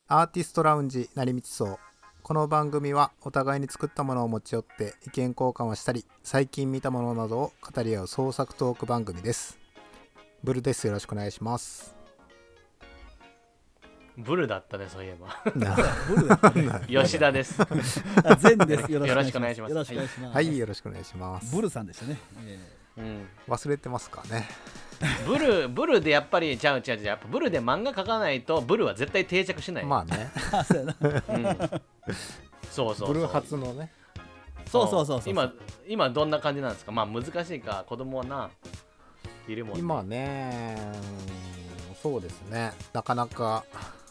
アーティストラウンジ成道荘。この番組はお互いに作ったものを持ち寄って意見交換をしたり、最近見たものなどを語り合う創作トーク番組です。ブルです。よろしくお願いします。 ブルだったね、そういえば。 ブルだったね。 吉田です。 全です。よろしくお願いします。 よろしくお願いします。 はい、よろしくお願いします。 ブルさんでしたね。 忘れてますかね。 ブルでやっぱり違う、やっぱブルで漫画描かないとブルは絶対定着しない。 まあね。 そうブル初のね。 そう。 今どんな感じなんですか。まあ難しいか、子供はないるもんね。 今ね、そうですね。なかなか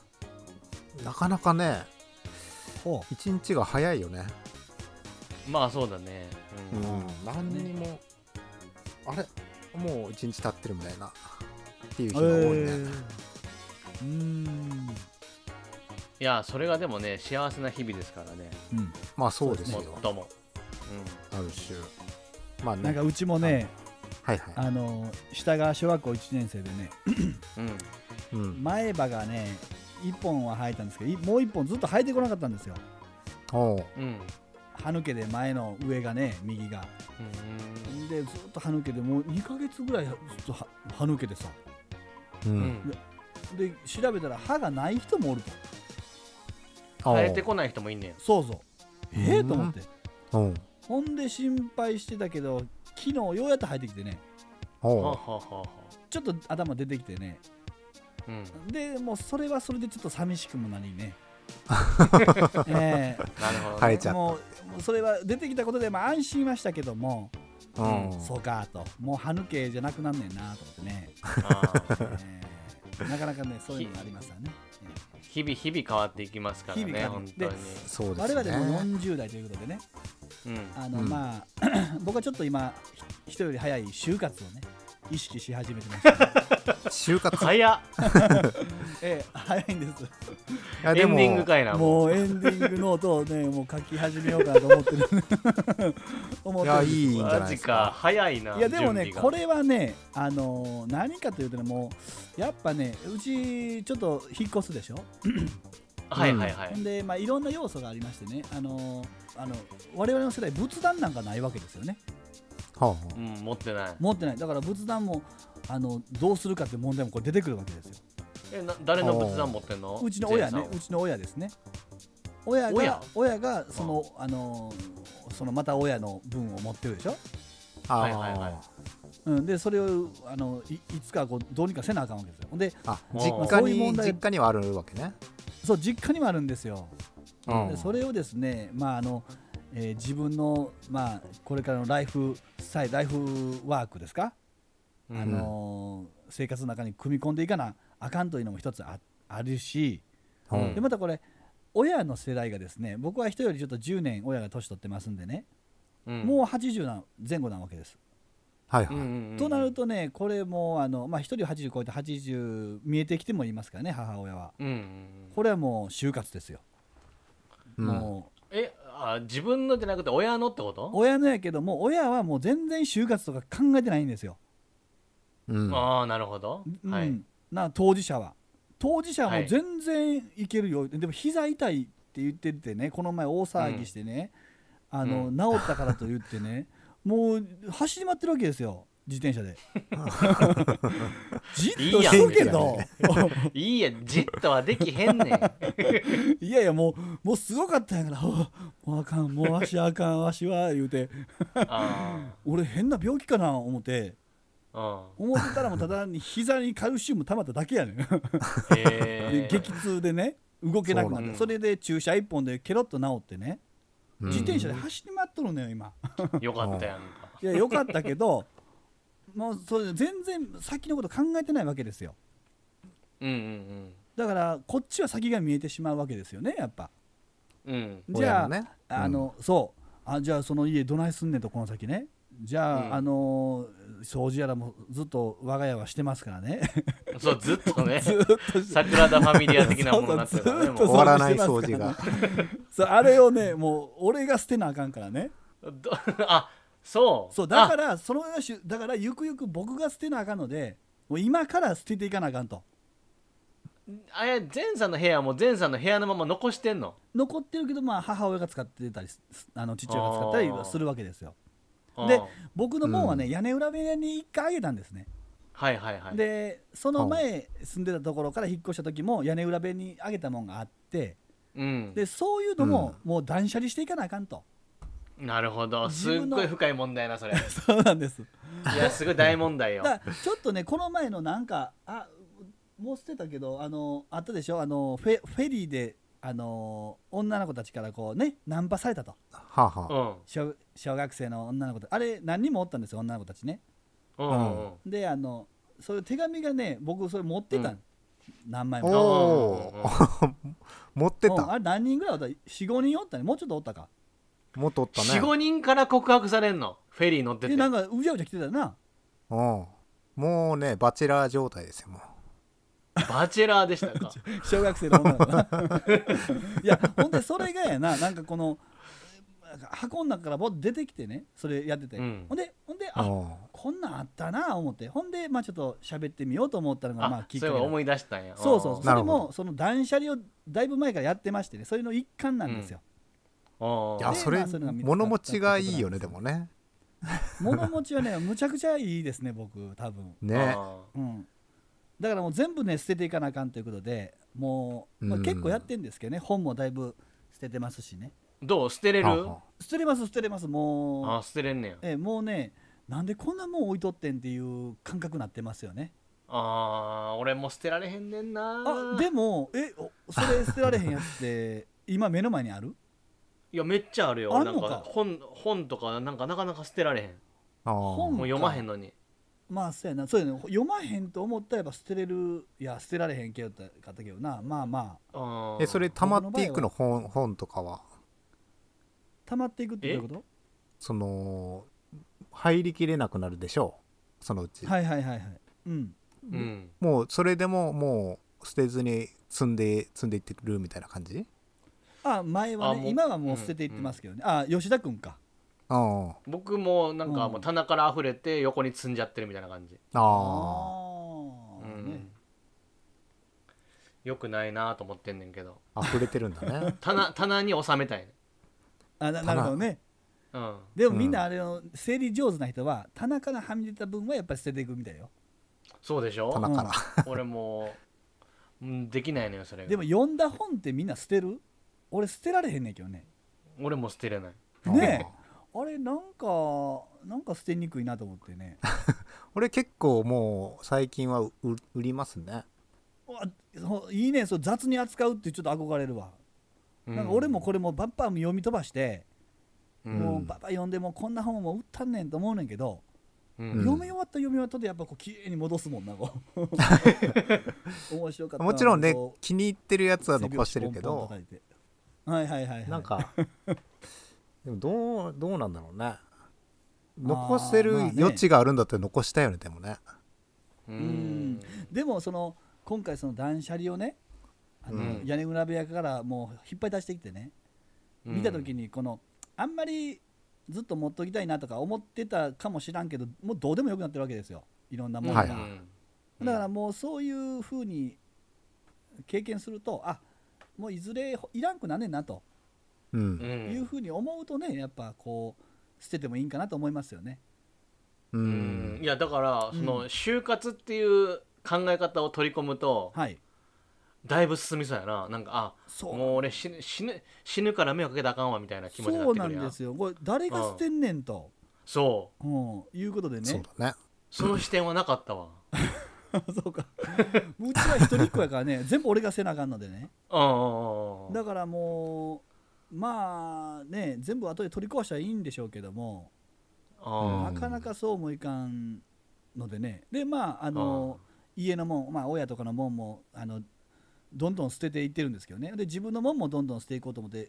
ね、一日が早いよね。 まあそうだね。 何にも、あれもう一日経ってるみたいなっていう日が多いね。 いや、それがでもね、幸せな日々ですからね。 まあそうですよ。 最も。 ある種。まあね。 なんかうちもね、 はい。 下が小学校1年生でね、前歯がね、1本は生えたんですけど、もう1本ずっと生えてこなかったんですよ。歯抜けで前の上がね、右が。でずっと歯抜けでもう2ヶ月ぐらいずっと歯抜けてさ、で調べたら歯がない人もおると。 生えてこない人もいんねん。 そうと思って、ほんで心配してたけど、昨日ようやっと生えてきてね、ちょっと頭出てきてね、でもうそれはそれでちょっと寂しくもなりね。 なるほどね。 生えちゃった。 もうそれは出てきたことで安心はしたけども、そうかと、もう歯抜けじゃなくなんねんなと思ってね。なかなかね、そういうのがありますよね。 日々変わっていきますからね、本当に。 そうですね。 我々も40代ということでね、まあ僕はちょっと今人より早い就活をね意識し始めてました、 就活早いんです。 エンディングかいな。 もうエンディングノートをね、もう書き始めようかなと思ってる。 いや、いいんじゃないですか。 早いな。 いやでもね、これはね、何かというとね、もうやっぱね、うちちょっと引っ越すでしょ。で、いろんな要素がありましてね、我々の世代仏壇なんかないわけですよね。 持ってない。 だから仏壇もどうするかって問題もこれ出てくるわけですよ。 誰の仏壇持ってんの？ うちの親ね、うちの親ですね。親がそのまた親の分を持ってるでしょ。でそれをいつかこうどうにかせなあかんわけですよ。で実家にはあるわけね。 そう、実家にもあるんですよ。でそれをですね、自分のこれからのライフワークですか、生活の中に組み込んでいかなあかんというのも一つあるし、でまたこれ親の世代がですね、僕は人よりちょっと10年親が年取ってますんでね、もう80前後なわけです。となるとね、これも一人80超えて80見えてきてもいますからね、母親は。これはもう就活ですよ。もう自分のじゃなくて親のってこと？ 親のやけども、親はもう全然就活とか考えてないんですよ。 なるほど。 当事者はもう全然いけるよ。でも膝痛いって言っててね、この前大騒ぎしてね、治ったからと言ってね、もう走り回ってるわけですよ、自転車で。じっとしとけど。 いいや、じっとはできへんねん。 いやもうすごかったんやから、もうあかん、もう足あかん、足は言うて、俺変な病気かな思ってたら、もうただに膝にカルシウム溜まっただけやねん。激痛でね、動けなくなって、それで注射1本でケロッと治ってね、自転車で走り回っとるのよ今。 よかったやんか。 いや、よかったけど、もうそれ全然先のこと考えてないわけですよ。だからこっちは先が見えてしまうわけですよね、やっぱ。じゃあ、じゃあその家どないすんねんと、この先ね。じゃあ、掃除やらもずっと我が家はしてますからね。 そう、ずっとね。桜田ファミリア的なものになってるからね。 終わらない掃除が。 あれをね、もう俺が捨てなあかんからね。 そうだからだからゆくゆく僕が捨てなあかんので、もう今から捨てていかなあかんと。 前さんの部屋も前さんの部屋のまま残してんの？ 残ってるけど、まあ母親が使ってたり父親が使ったりするわけですよ。で僕の門はね、屋根裏部屋に1回あげたんですね。 はいはいはい。 でその前住んでたところから引っ越した時も屋根裏部屋にあげたもんがあって、でそういうのももう断捨離していかなあかんと。 なるほど、すっごい深い問題なそれ。 そうなんです。 いやすごい大問題よ。 だからちょっとねこの前のなんかもう捨てたけどあったでしょ、フェリーで女の子たちからこうねナンパされたと。 はあは小学生の女の子たち、あれ何人もおったんですよ女の子たちね。でそういう手紙がね僕それ持ってた、何枚も。 持ってた。 あれ何人ぐらいおった？ 4,5 人おったね。もうちょっとおったか。 もっとおったね。 4,5 人から告白されんの？フェリー乗っててなんかうじゃうじゃ来てたよな。 もうねバチェラー状態ですよ。もうバチェラーでしたか？ 小学生の女の子いやほんでそれがやな、なんかこの箱の中からボッと出てきてね、それやってて、ほんでこんなんあったな思って、ほんでまあちょっと喋ってみようと思ったのがまあきっかけ。 そう思い出したんや。 そうそれもその断捨離をだいぶ前からやってましてね、それの一環なんですよ。 いやそれ物持ちがいいよね。でもね物持ちはねむちゃくちゃいいですね僕多分ね。 だからもう全部ね捨てていかなあかんということで、もう、結構やってんですけどね、本もだいぶ捨ててますしね。 どう捨てれる？ 捨てれます。もう捨てれんねや。 もうねなんでこんなもん置いとってんっていう感覚になってますよね。 俺も捨てられへんねんな。 でもそれ捨てられへんやつって今目の前にある？ いやめっちゃあるよ。 あんのか？ なんか本とかなんかなかなか捨てられへん。 本もう読まへんのに。 まあそうやな、そうやね、読まへんと思ったらやっぱ捨てれる、いや捨てられへんけどかったけどな。まあそれ溜まっていくの？本とかは溜まっていくってどういうこと？ その入りきれなくなるでしょう、そのうち。 はいもうそれでももう捨てずに積んでいってくるみたいな感じ？ 前はね、今はもう捨てていってますけどね。吉田くんか。 僕もなんかもう棚から溢れて横に積んじゃってるみたいな感じ。よくないなと思ってんねんけど。 溢れてるんだね棚に収めたい。 なるほどね。でもみんなあれの整理上手な人は棚からはみ出た分はやっぱり捨てていくみたいよ。 そうでしょ。 棚から俺もできないのよそれが。 でも読んだ本ってみんな捨てる？俺捨てられへんねんけどね。 俺も捨てれないねえ。あれなんか捨てにくいなと思ってね俺結構もう最近は売りますね。 いいね、そう雑に扱うってちょっと憧れるわ。なんか俺もこれもバッパ読み飛ばして、もうバッパ読んでもこんな本も売ったんねんと思うねんけど、読み終わったでやっぱこう綺麗に戻すもんな面白かったな。 もちろんね気に入ってるやつは残してるけど、なんかでもどうなんだろうね。残せる余地があるんだって残したよね。でもね。 でも今回その断捨離をね、屋根裏部屋からもう引っ張り出してきてね、見た時にあんまりずっと持っときたいなとか思ってたかもしらんけど、もうどうでもよくなってるわけですよ、いろんなものが。だからもうそういうふうに経験すると、もういずれいらんくなんねんなと。いうふうに思うとね、やっぱこう捨ててもいいんかなと思いますよね。 いやだからその就活っていう考え方を取り込むと、だいぶ進みそうやな。なんかもう俺死ぬから迷惑かけたらあかんわみたいな気持ちになってくるやん。 そうなんですよ。これ誰が捨てんねんと、いうことでね。 そうだね。 その視点はなかったわそうかうちは一人っ子やからね全部俺がせなあかんのでね。だからもうまあね全部後で取り壊したらいいんでしょうけども、なかなかそうもいかんのでね。で家のもん、親とかのもんもどんどん捨てていってるんですけどね。で自分のもんもどんどん捨てていこうと思って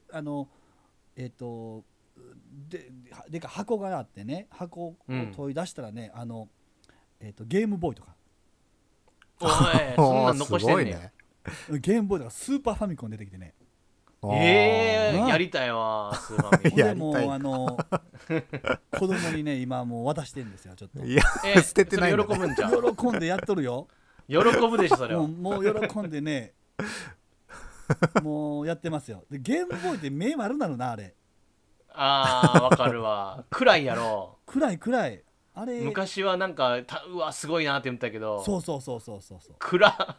でか箱があってね、箱を取り出したらね、ゲームボーイとかそんなん残してんねん。 ゲームボーイとかスーパーファミコン出てきてね。 やりたいわスーパーファミコン。 でも子供にね今もう渡してるんですよ。ちょっといや捨ててないんだね。 喜ぶんじゃん。 喜んでやっとるよ。 喜ぶでしょそれは。 もう喜んでねもうやってますよ。でゲームボーイって目悪なるなあれ。 わかるわ。暗いやろ。 暗いあれ。 昔はなんかうわすごいなって思ったけど、 そう暗っ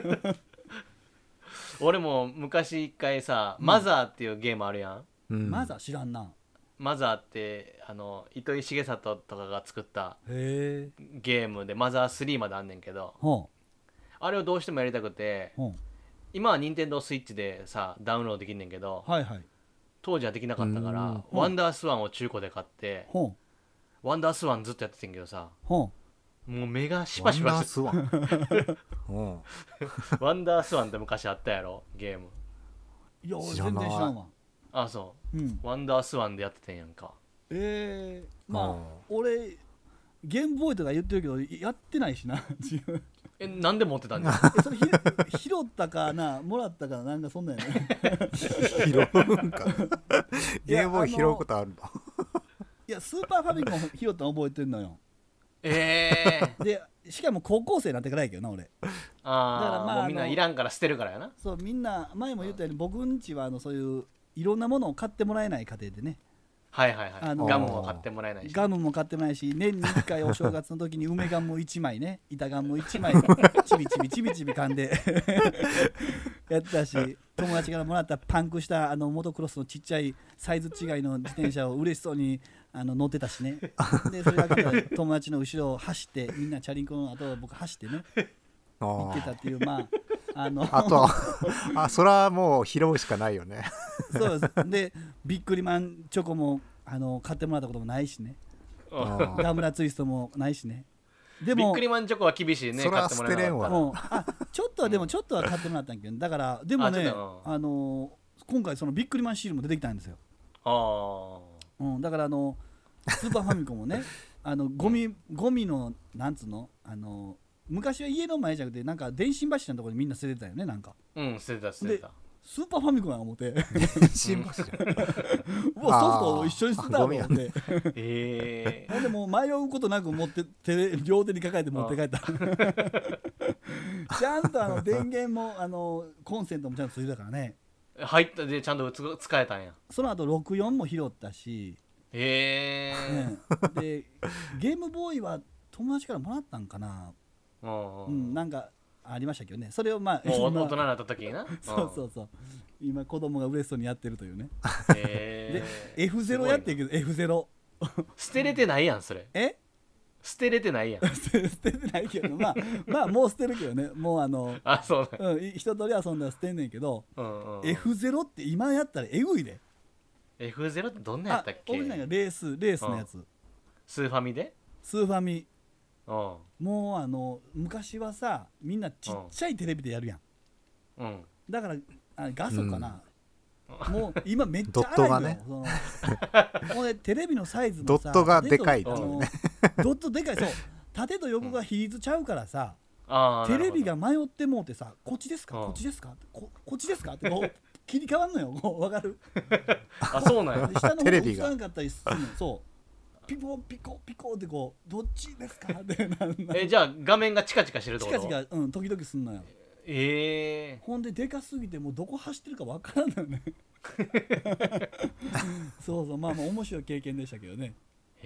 俺も昔一回さ、マザーっていうゲームあるやん。 マザー知らんな。 マザーって糸井重里とかが作ったへゲームで、マザー3まであんねんけど、あれをどうしてもやりたくて、今は任天堂スイッチでさダウンロードできんねんけど、当時はできなかったから、ワンダースワンを中古で買って、ワンダースワンずっとやっててんけどさ、もう目がシパシパしてワンダースワンワンダースワンって昔あったやろゲーム。 いや全然知らんわ。 あそう、ワンダースワンでやっててんやんか。 まあ俺ゲームボーイとか言ってるけどやってないしな自分。 なんで持ってたんじゃそれ拾ったかなもらったかなんかそんなんやね拾うんかゲームボーイ拾うことあるの？ いやスーパーファミコン拾ったの覚えてんのよ。でしかも高校生になってからやけどな俺。だからもうみんないらんから捨てるからやな。 そうみんな前も言ったように僕んちはそういういろんなものを買ってもらえない家庭でね。 ガムも買ってもらえないし。 ガムも買ってもらえないし、年に1回お正月の時に梅ガム1枚ね、板ガム1枚ちびちび噛んでやってたし、友達からもらったパンクしたモトクロスのちっちゃいサイズ違いの自転車を嬉しそうに乗ってたしね。でそれだけで友達の後ろを走ってみんなチャリンコの後を僕走ってね行ってたっていう、まああとそれはもう拾うしかないよね。 そうですでビックリマンチョコも買ってもらったこともないしね。ダムラツイストもないしね。でもビックリマンチョコは厳しいね。 それは捨てれんわ。 ちょっとは買ってもらったんやけど、だからでもね今回そのビックリマンシールも出てきたんですよ。だからスーパーファミコンもねゴミのなんつうの昔は家の前じゃなくてなんか電信柱のところにみんな捨ててたよねなんか。 捨てたスーパーファミコンや思って電信柱ソフトを一緒に捨てたと思って。ほんでもう迷うことなく持って両手に抱えて持って帰ったちゃんと電源もコンセントもちゃんとついてたからね。 入ったでちゃんと使えたんや。 その後64も拾ったし、でゲームボーイは友達からもらったんかな。なんかありましたけどね。それをまあもう大人になった時になそう今子供が嬉しそうにやってるというね。で F0 やってるけど F0 捨てれてないやんそれ。捨てれてないやん捨ててないけどまあもう捨てるけどね。もうそう一通り遊んだら捨てんねんけど、F0 って今やったらえぐいで。 F0 ってどんなやったっけ？ 俺なんかレースのやつ。 スーファミで？ スーファミ。もう昔はさみんなちっちゃいテレビでやるやん。だから画素かな。もう今めっちゃ荒いよ。ドットがね。もうねテレビのサイズもさドットがでかいっていうね。 ドットでかい。そう縦と横が比率ちゃうからさ、テレビが迷ってもうてさ、こっちですかこっちですかこっちですかってこう切り替わんのよ。わかる？ そうなんや。 下の方映らんかったりするの。そうピコピコピコってこうどっちですかってじゃあ画面がチカチカしてるってこと？ チカチカ時々すんのよ。ほんででかすぎてもうどこ走ってるかわからんのよね。そうまあ面白い経験でしたけどね。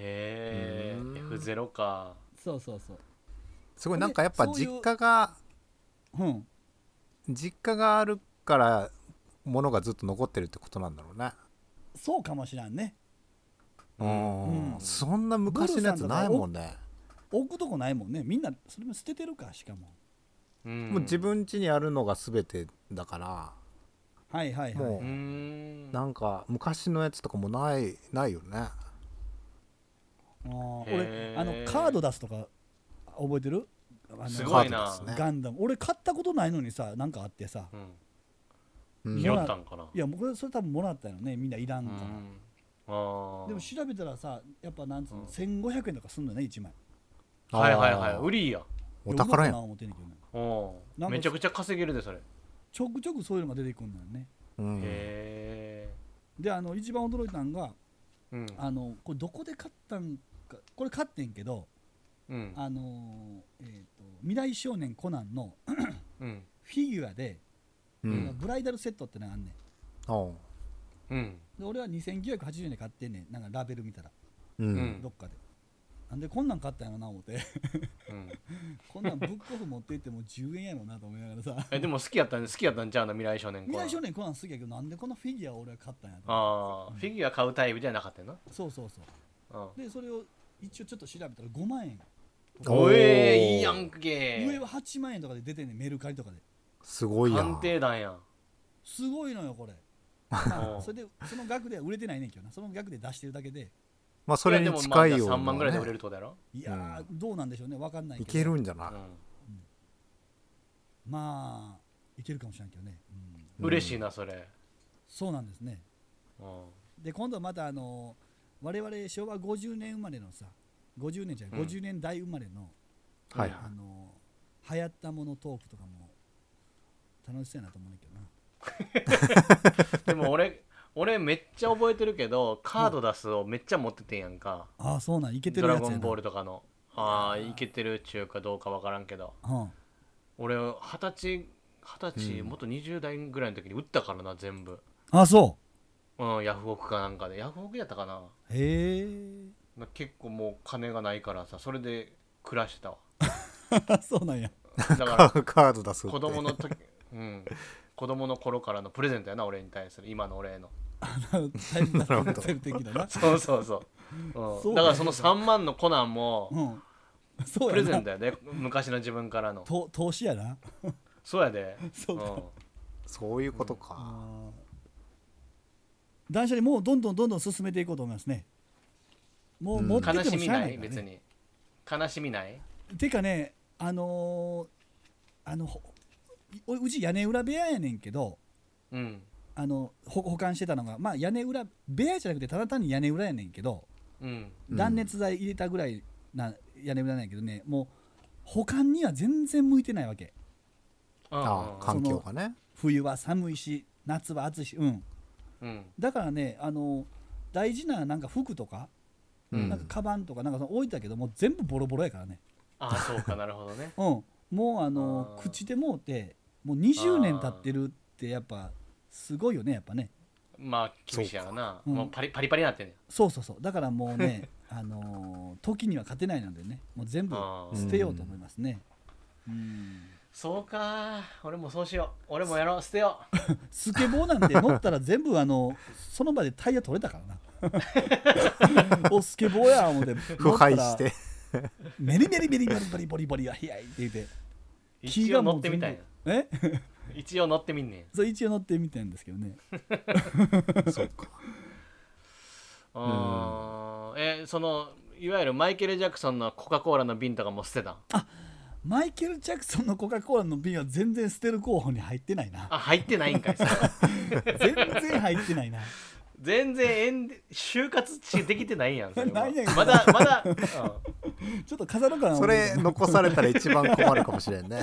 F0 か。 そうすごいなんかやっぱ実家があるから物がずっと残ってるってことなんだろうね。 そうかもしらんね。 そんな昔のやつないもんね。 置くとこないもんね。みんなそれも捨ててるか。しかももう自分家にあるのが全てだから。もうなんか昔のやつとかもないよね。 俺カード出すとか覚えてる？ すごいな。 ガンダム俺買ったことないのにさなんかあってさ、 拾ったんかな。 いやもうそれ多分もらったよね。みんないらんから。でも調べたらさやっぱなんつうの1500円とかすんのよね1枚。 売りや。 お宝やん。 めちゃくちゃ稼げるでそれ。 ちょくちょくそういうのが出てくるのよね。で一番驚いたんがこれどこで買ったんか。これ買ってんけど未来少年コナンのフィギュアで、ブライダルセットってのがあんねん。で俺は2980円で買ってんねん。なんかラベル見たら、どっかでなんでこんなん買ったんやろな思ってこんなんブックオフ持って行っても10円やもんなと思いながらさでも好きやったんちゃうの未来少年コナン。 未来少年コナン好きやけどなんでこのフィギュアを俺は買ったんやと。 フィギュア買うタイプじゃなかったよな。 そうでそれを一応ちょっと調べたら5万円。 いいやんけ。 上は8万円とかで出てんねん、メルカリとかで。 すごいやん。 鑑定団やん。 すごいのよこれそれでその額では売れてないねんけどな。その額で出してるだけで、 まあそれに近いような、 3万ぐらいで売れるってことやろ。 いやどうなんでしょうね、分かんないけどいけるんじゃない、 まあいけるかもしれんけどね、 嬉しいなそれ。 そうなんですね。で今度また我々昭和50年生まれのさ、50年じゃない、50年代生まれの流行ったものトークとかも楽しそうやなと思うんだけどなでも俺めっちゃ覚えてるけど、カード出すをめっちゃ持っててんやんか。 ああそうなん、いけてるやつやな。 ドラゴンボールとかのいけてるっちゅうかどうかわからんけど、俺20歳もっと20代ぐらいの時に売ったからな全部。 あそう、 ヤフオクかなんかで。ヤフオクやったかな。 へえ。 結構もう金がないからさ、それで暮らしてたわそうなんや。 だからカード出すって子供の時子供の頃からのプレゼントやな、俺に対する。今の俺へのタイムカプセル的なな。 そう、だからその3万のコナンもプレゼントやで、昔の自分からの投資やな。 そうやで。 そういうことか。 断捨離もうどんどん進めていこうと思いますね。もう持っててもしゃあないからね。 悲しみない別に。悲しみない。 てかね、うち屋根裏部屋やねんけど、保管してたのが、まあ屋根裏部屋じゃなくてただ単に屋根裏やねんけど、断熱材入れたぐらいな屋根裏なんやけどね、もう保管には全然向いてないわけ。 環境がね。 冬は寒いし夏は暑いし、だからね、大事ななんか服とか、なんかカバンとかなんかその置いたけどもう全部ボロボロやからね。 そうか、なるほどね。 もう口でもうてもう20年経ってるってやっぱすごいよね、やっぱね。 まあ厳しいやろな。もうパリパリになってんねん。 そうだからもうね時には勝てないのでね、もう全部捨てようと思いますね。 そうか、俺もそうしよう。俺もやろう、捨てようスケボーなんて乗ったら全部その場でタイヤ取れたからなおスケボーや思って腐敗してメリメリメリメリボリボリボリはひやいって言って一応乗ってみたいな。一応乗ってみんねん。 そう、一応乗ってみたんですけどねそうか。 そのいわゆるマイケル・ジャクソンのコカ・コーラの瓶とかも捨てた。 マイケル・ジャクソンのコカ・コーラの瓶は全然捨てる候補に入ってないな。 入ってないんかいさ全然入ってないな。 全然就活できてないやん。それはないやんまだちょっと飾ろうかな。 それ残されたら一番困るかもしれんね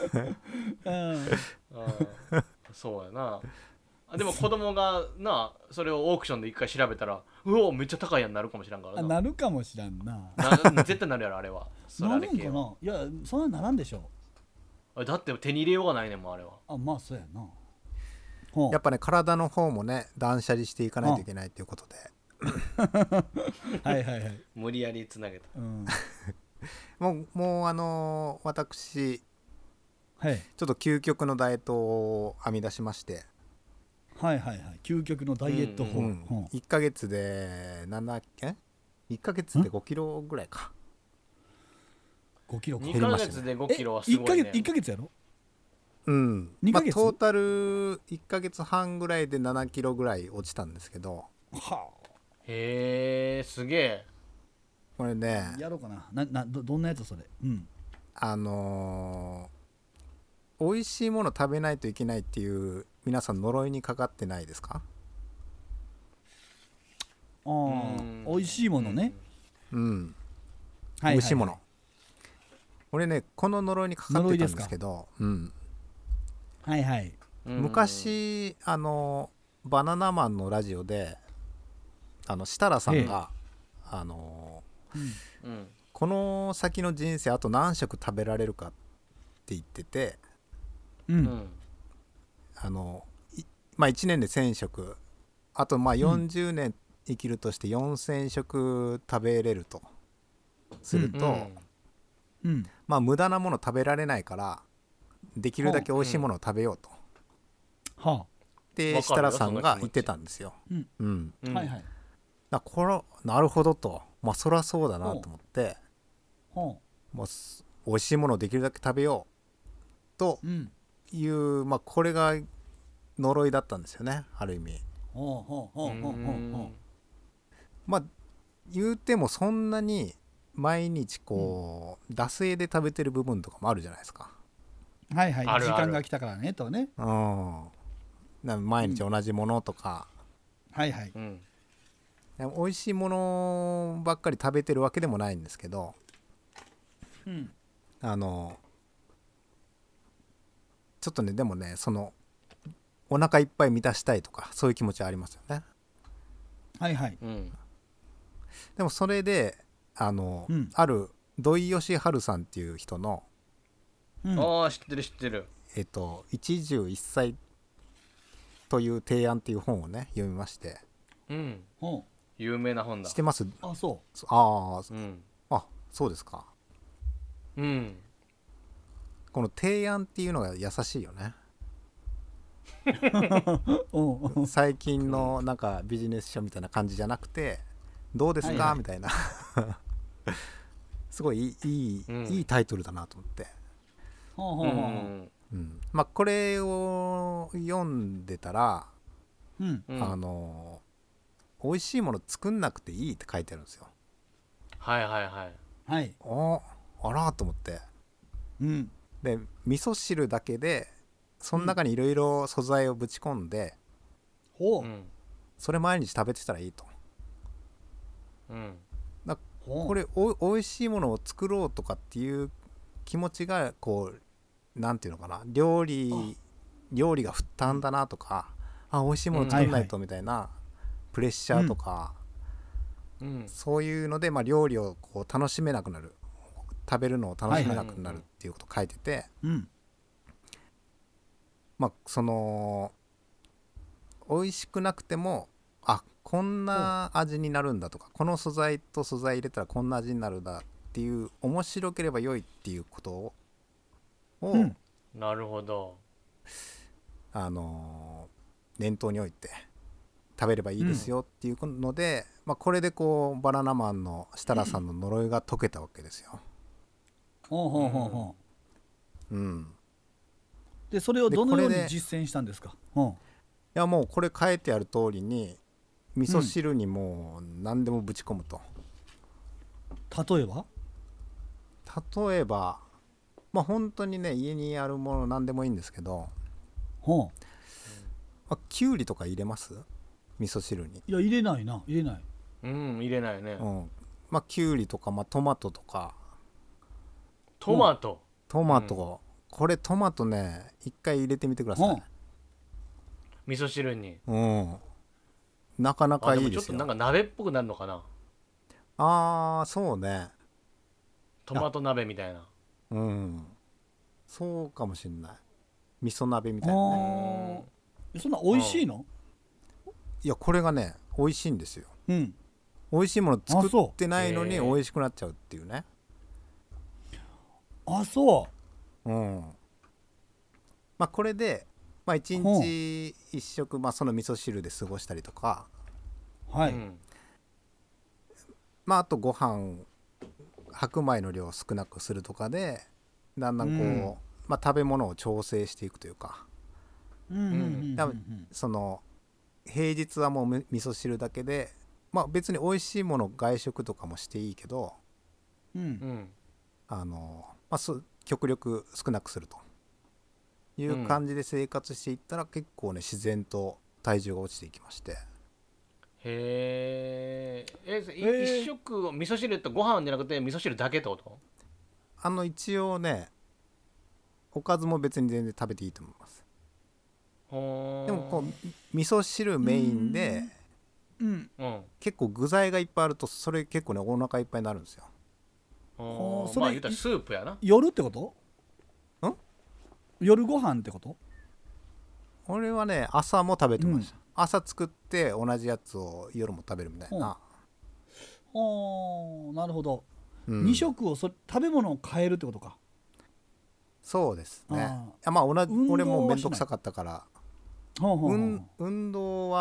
そうやな。でも子供がなそれをオークションで一回調べたら、うおめっちゃ高いやんなるかもしれんからな。 なるかもしらんな。 絶対なるやろあれは。 なるんかな。いやそんなならんでしょ。 だって手に入れようがないねんもんあれは。 まあそうやな。 やっぱね体の方もね断捨離していかないといけないということではいはいはい。 無理やりつなげた、 もう私、ちょっと究極のダイエットを編み出しまして、 究極のダイエット法、 1ヶ月で1ヶ月で5キロぐらいか。 5キロか。 2ヶ月で5キロはすごいね。 1ヶ月やろ。 2ヶ月、トータル1ヶ月半ぐらいで7キロぐらい落ちたんですけど。 へえ、すげえ。 これね、 やろうかな。どんなやつそれ。 美味しいもの食べないといけないっていう皆さん呪いにかかってないですか？ 美味しいものね。 美味しいもの。俺ねこの呪いにかかってたんですけど、昔バナナマンのラジオで設楽さんが、 この先の人生あと何食食べられるかって言ってて、まあ1年で1000食、あとまあ40年生きるとして4000食食べれるとすると、まあ無駄なもの食べられないからできるだけ美味しいものを食べようと、で設楽さんが言ってたんですよ。これなるほどと、まあそりゃそうだなと思って、もう美味しいものをできるだけ食べようという、まあこれが呪いだったんですよね、ある意味。まあ言うてもそんなに毎日こう、惰性で食べてる部分とかもあるじゃないですか。 はいはい、時間が来たからねとね。 毎日同じものとか、 はいはい、 美味しいものばっかり食べてるわけでもないんですけど、ちょっとね、でもね、そのお腹いっぱい満たしたいとかそういう気持ちはありますよね。 はいはい、 でもそれである土井善晴さんっていう人の、 知ってる知ってる、 一汁一菜という提案っていう本をね読みまして、 有名な本だ。 知ってます？ あ、そう。 あそうですか。この提案っていうのが優しいよね。最近のなんかビジネス書みたいな感じじゃなくて、どうですか、みたいなすごいいいタイトルだなと思って、まあこれを読んでたら、美味しいもの作んなくていいって書いてあるんですよ。 はいはいはいはい。 あらと思って、で味噌汁だけでその中にいろいろ素材をぶち込んで、それ毎日食べてたらいいと。これおいしいものを作ろうとかっていう気持ちがこうなんていうのかな、料理が負担だなとか、美味しいもの作んないとみたいなプレッシャーとか、そういうので、まあ、料理をこう楽しめなくなる、食べるのを楽しめなくなるっていうことを書いてて、まあその美味しくなくてもこんな味になるんだとか、この素材と素材入れたらこんな味になるんだっていう、面白ければ良いっていうことを、 なるほど、 念頭に置いて食べればいいですよっていうので、まあ、これでこうバナナマンの設楽さんの呪いが解けたわけですよ。 でそれをどのように実践したんですか？ いやもうこれ書いてある通りに味噌汁にもう何でもぶち込むと。 例えばまあ本当にね、家にあるもの何でもいいんですけど、きゅうりとか入れます？味噌汁に。 いや入れない。 入れないね。 まあきゅうりとか、まあ、トマトとか。 トマト、 これトマトね、一回入れてみてください。 味噌汁に。 なかなかいいですよ。 でもちょっとなんか鍋っぽくなるのかな。 そうね。 トマト鍋みたいな。 そうかもしんない。味噌鍋みたいなね。 そんな美味しいの？ いやこれがね美味しいんですよ。美味しいもの作ってないのに美味しくなっちゃうっていうね。まあこれでまあ1日1食、まあその味噌汁で過ごしたりとか、まああとご飯白米の量を少なくするとかで、だんだんこう、まあ食べ物を調整していくというか、その平日はもう味噌汁だけで、まあ別に美味しいもの外食とかもしていいけど、まあ極力少なくするという感じで生活していったら、結構ね自然と体重が落ちていきまして。 一食味噌汁ってご飯じゃなくて味噌汁だけってこと？ 一応ねおかずも別に全然食べていいと思います。でもこう味噌汁メインで、結構具材がいっぱいあるとそれ結構ねお腹いっぱいになるんですよ。 それまあ言ったらスープやな。 夜ってこと？夜ご飯ってこと？ 俺はね朝も食べてました、朝作って同じやつを夜も食べるみたいな。 なるほど、2食を食べ物を変えるってことか。 そうですね。まあ俺も面倒くさかったから、運動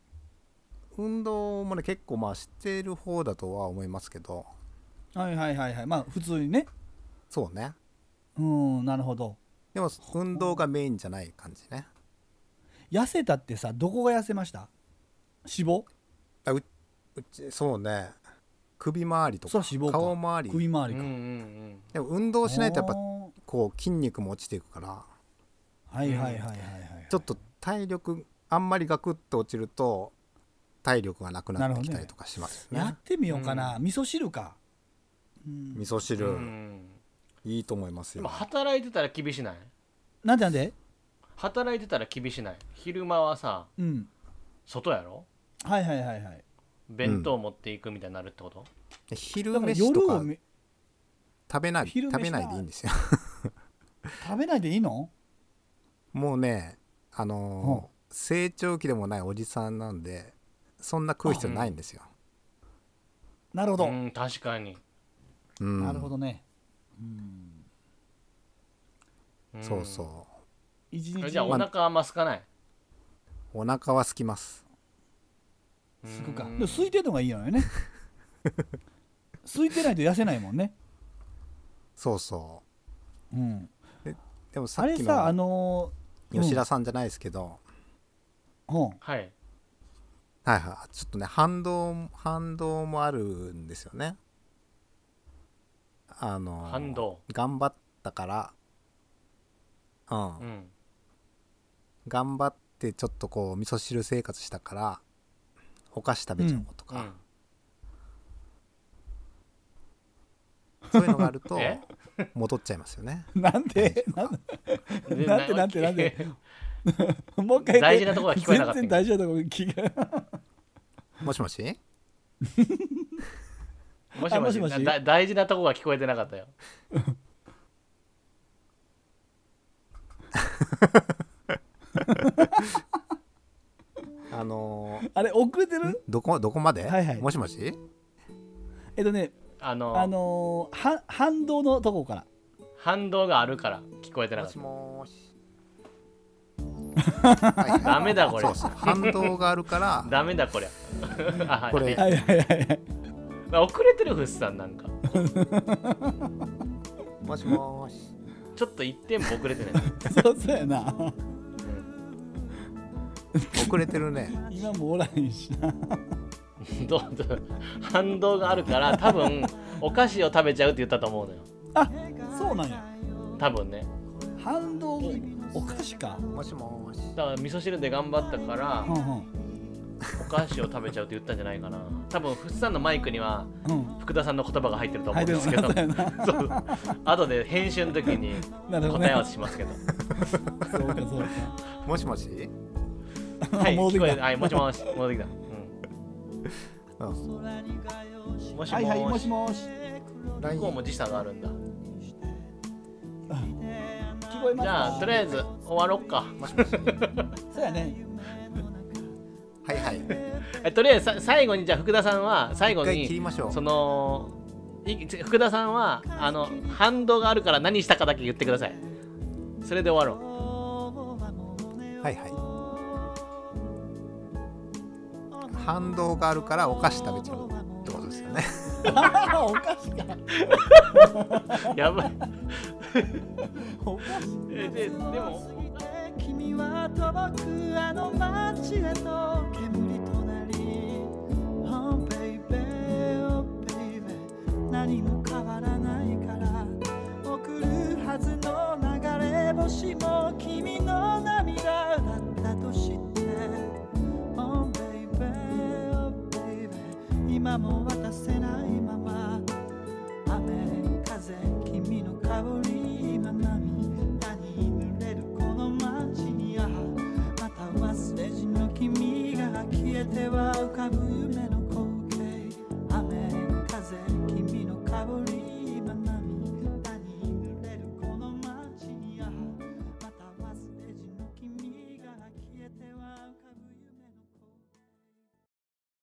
もね結構まあしてる方だとは思いますけど。 はいまあ普通にね。 そうね。 なるほど。 でも運動がメインじゃない感じね。 痩せたってさ、どこが痩せました？脂肪？ うちそうね、首周りとか顔周り、 首周りか。 でも運動しないとやっぱこう筋肉も落ちていくから、ちょっと体力あんまりガクッと落ちると体力がなくなってきたりとかしますね。 やってみようかな。味噌汁か。 味噌汁いいと思いますよ。 でも働いてたら厳しない？ なんで？ 働いてたら厳しない？昼間はさ、外やろ？ はい弁当持っていくみたいになるってこと？ 昼飯とか食べないでいいんですよ。 食べないでいいの？ もうね、成長期でもないおじさんなんでそんな食う必要ないんですよ。 なるほど。 確かに。 なるほどね。 そうそう。 じゃあお腹はあんま空かない？ お腹は空きます。 すくか。でも空いてるのがいいよね。空いてないと痩せないもんね。 そうそう。でもさっきあれさ、 の吉田さんじゃないですけど、 はいちょっとね反動もあるんですよね。 反動。 頑張ったから、頑張ってちょっとこう味噌汁生活したからお菓子食べちゃおうとか、そういうのがあると戻っちゃいますよね。 なんでもう一回大事なところが聞こえなかった。 全然大事なところ聞こえもしもしもし大事なとこが聞こえてなかったよ。 あれ遅れてる？ どこまで？もしもし？ 反動のとこから。 反動があるから聞こえてなかった。 もしもし。 ダメだこれ。 そう反動があるからダメだこれ。 これ遅れてるフッさんなんか。 もしもし。 ちょっと一点も遅れてない。 そうやな。 遅れてるね。 今もおらへんしな。 反動があるから多分お菓子を食べちゃうって言ったと思うのよ。 あ、そうなんや。 多分ね。 反動お菓子か。 もしもし。 だから味噌汁で頑張ったから、お菓子を食べちゃうって言ったんじゃないかな。多分フッさんのマイクには福田さんの言葉が入ってると思うんですけど、後で編集の時に答え合わせしますけど。 そうか。 もしもし。 はい聞こえる。はいもしもし戻ってきた。もしもし。 もしもし。 向こうも時差があるんだ。 聞こえますか？ じゃあとりあえず終わろっか。 もしもし。 そうやね。 とりあえず最後にじゃあ福田さんは最後にその福田さんは反動があるから何したかだけ言ってください。それで終わろう。反動があるからお菓子食べちゃうってことですよね。 お菓子か。 やばい。 お菓子。 でも君は届くあの街へと煙となり Oh baby, oh baby 何も変わらないから送るはずの流れ星も君の涙だったと知って Oh baby, oh baby 今も渡せないまま雨風君の香り今涙に濡れるこの街にまた忘れじの君が消えては浮かぶ